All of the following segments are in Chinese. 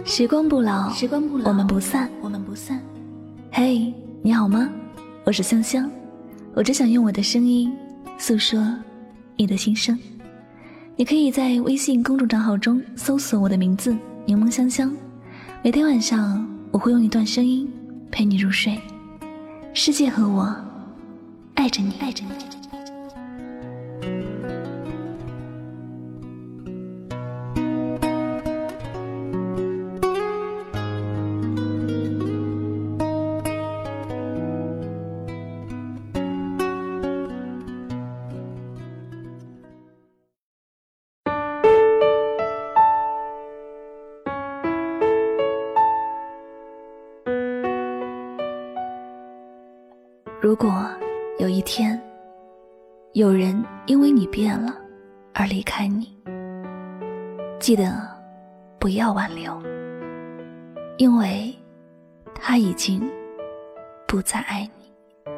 时光不老，我们不散。嘿，你好吗？我是香香，我只想用我的声音诉说你的心声。你可以在微信公众账号中搜索我的名字柠檬香香，每天晚上我会用一段声音陪你入睡。世界和我爱着你，爱着你。如果有一天有人因为你变了而离开你，记得不要挽留，因为他已经不再爱你。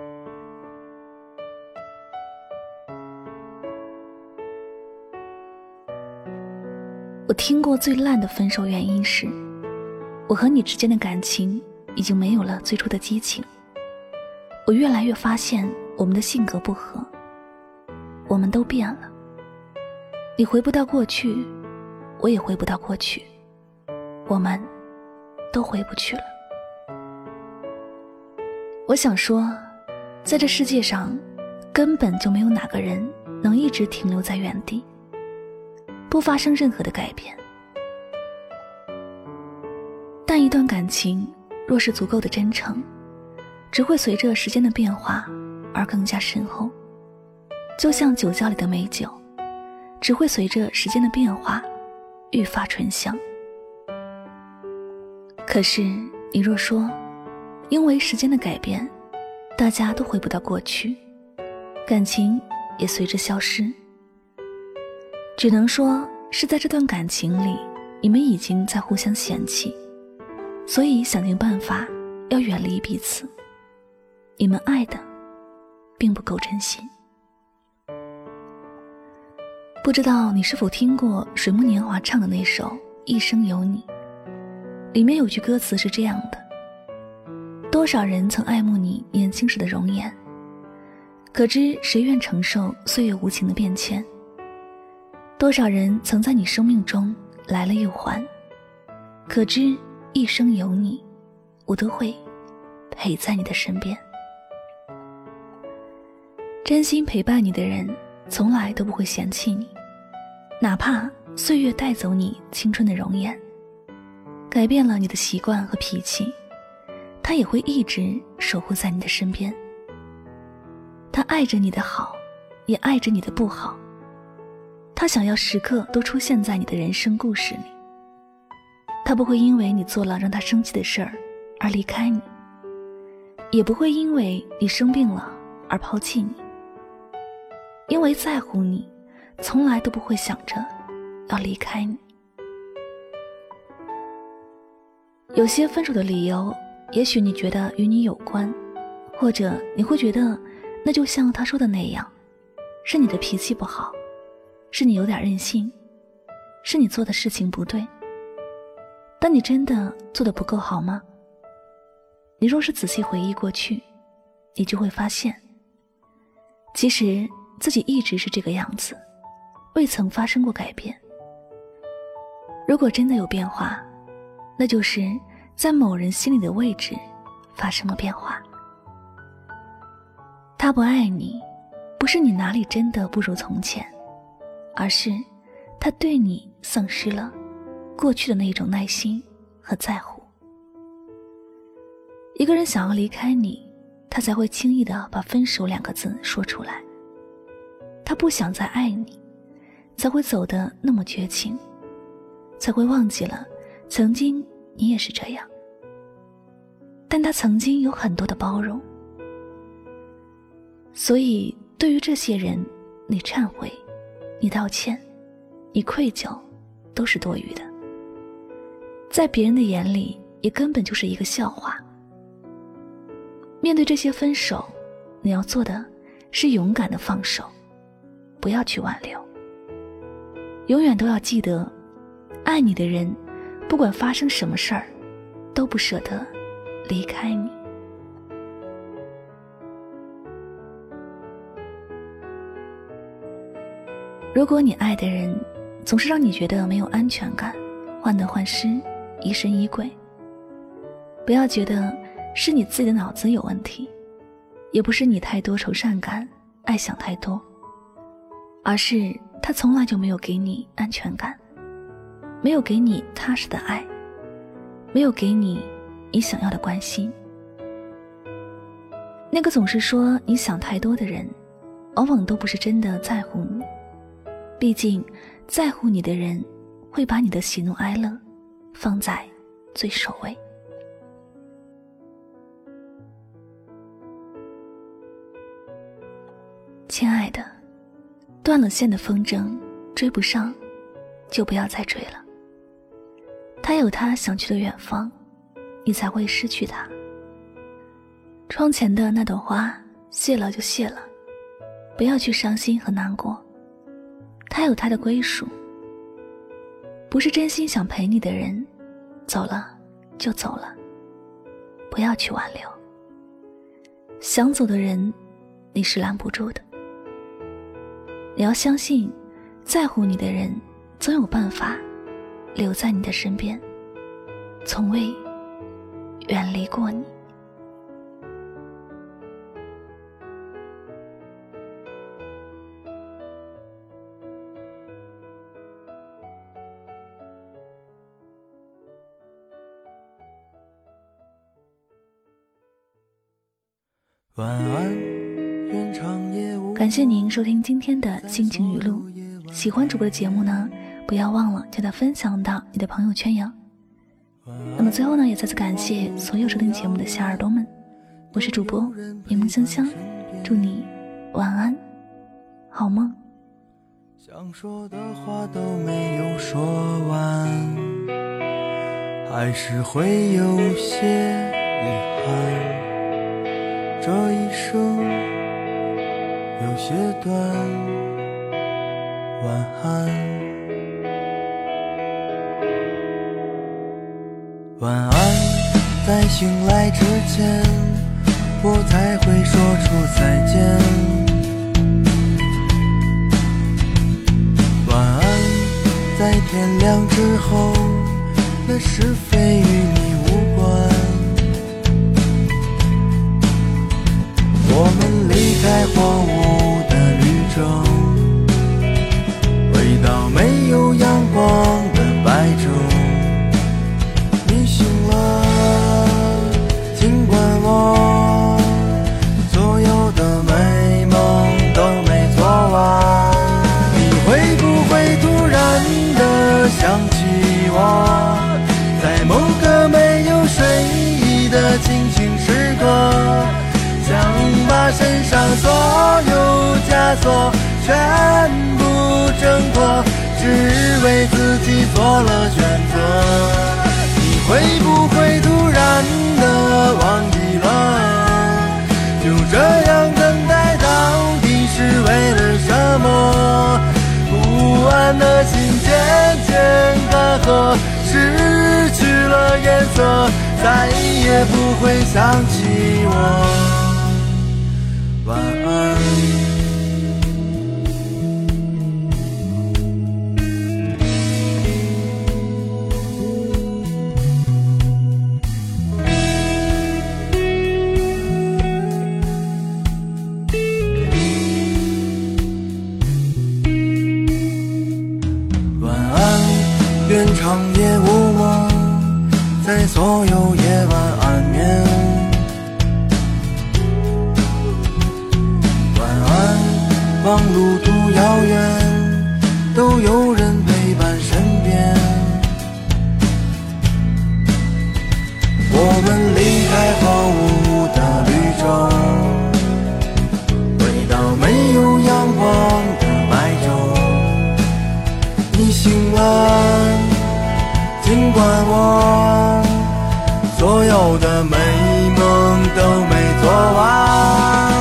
我听过最烂的分手原因是，我和你之间的感情已经没有了最初的激情，我越来越发现我们的性格不合，我们都变了。你回不到过去，我也回不到过去，我们都回不去了。我想说，在这世界上根本就没有哪个人能一直停留在原地，不发生任何的改变。但一段感情若是足够的真诚，只会随着时间的变化而更加深厚，就像酒窖里的美酒，只会随着时间的变化愈发醇香。可是你若说因为时间的改变，大家都回不到过去，感情也随之消失，只能说是在这段感情里，你们已经在互相嫌弃，所以想尽办法要远离彼此。你们爱的并不够真心。不知道你是否听过水木年华唱的那首《一生有你》，里面有句歌词是这样的：多少人曾爱慕你年轻时的容颜，可知谁愿承受岁月无情的变迁？多少人曾在你生命中来了又还，可知一生有你，我都会陪在你的身边。真心陪伴你的人从来都不会嫌弃你，哪怕岁月带走你青春的容颜，改变了你的习惯和脾气，他也会一直守护在你的身边。他爱着你的好，也爱着你的不好，他想要时刻都出现在你的人生故事里。他不会因为你做了让他生气的事儿而离开你，也不会因为你生病了而抛弃你，因为在乎你，从来都不会想着要离开你。有些分手的理由，也许你觉得与你有关，或者你会觉得那就像他说的那样，是你的脾气不好，是你有点任性，是你做的事情不对。但你真的做得不够好吗？你若是仔细回忆过去，你就会发现，其实自己一直是这个样子，未曾发生过改变。如果真的有变化，那就是在某人心里的位置发生了变化。他不爱你，不是你哪里真的不如从前，而是他对你丧失了过去的那种耐心和在乎。一个人想要离开你，他才会轻易地把分手2个字说出来。他不想再爱你，才会走得那么绝情，才会忘记了曾经你也是这样。但他曾经有很多的包容，所以对于这些人，你忏悔，你道歉，你愧疚，都是多余的，在别人的眼里也根本就是一个笑话。面对这些分手，你要做的是勇敢的放手，不要去挽留。永远都要记得，爱你的人不管发生什么事儿，都不舍得离开你。如果你爱的人总是让你觉得没有安全感，患得患失，疑神疑鬼，不要觉得是你自己的脑子有问题，也不是你太多愁善感，爱想太多，而是他从来就没有给你安全感，没有给你踏实的爱，没有给你想要的关心。那个总是说你想太多的人，往往都不是真的在乎你，毕竟在乎你的人会把你的喜怒哀乐放在最首位。亲爱的，断了线的风筝追不上，就不要再追了。他有他想去的远方，你才会失去他。窗前的那朵花谢了就谢了，不要去伤心和难过，他有他的归属。不是真心想陪你的人，走了就走了，不要去挽留。想走的人，你是拦不住的。你要相信，在乎你的人总有办法留在你的身边，从未远离过你。 晚安，愿长夜无感谢您收听今天的心情语录，喜欢主播的节目呢，不要忘了将它分享到你的朋友圈呀。那么最后呢，也再次感谢所有收听节目的小耳朵们，我是主播柠檬香香，祝你晚安好梦。 想说的话都没有说完，还是会有些遗憾，这一生有些短，晚安，晚安，在醒来之前，我才会说出再见。晚安，在天亮之后，那是非与你无关。我们离开荒芜的旅程，回到没有阳光的白昼。你醒了，尽管我所有的美梦都没做完。你会不会突然地想起我，在某个没有睡意的清醒时刻，想把身上所有枷锁全部挣脱，只为自己做了选择。你会不会突然的忘记了，就这样等待到底是为了什么？不安的心渐渐干涸，失去了颜色，再也不会想起我。晚安，晚安，愿长夜无梦，在所有夜晚安眠。望路途遥远，都有人陪伴身边。我们离开荒芜的绿洲，回到没有阳光的白昼。你醒了，尽管我所有的美梦都没做完。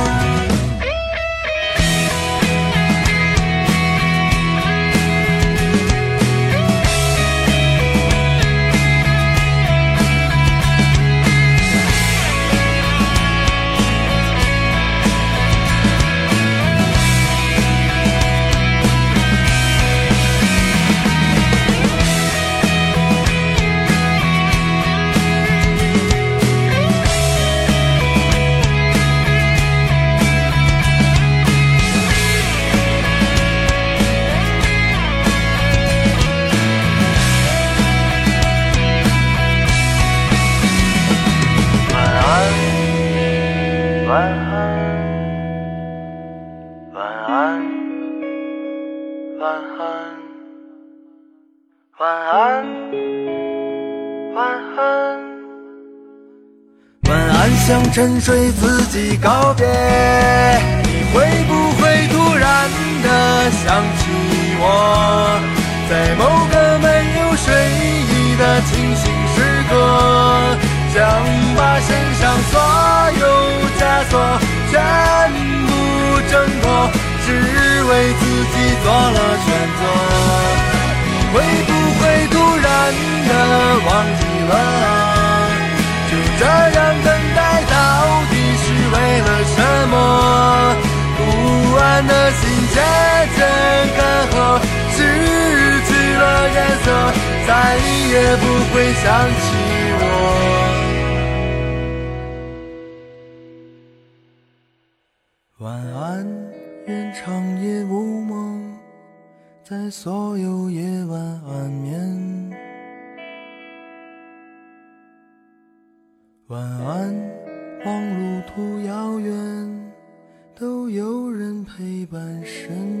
安，晚安。晚安，向沉睡自己告别。你会不会突然地想起我，在某个没有睡意的清醒时刻，想把身上所有枷锁全部挣脱，只为自己做了选择。你会不会突然地忘记了，就这样等待到底是为了什么？不安的心渐渐干涸，失去了颜色，再也不会想起我。晚安，愿长夜无梦，在所有夜晚安眠。晚安，望路途遥远，都有人陪伴身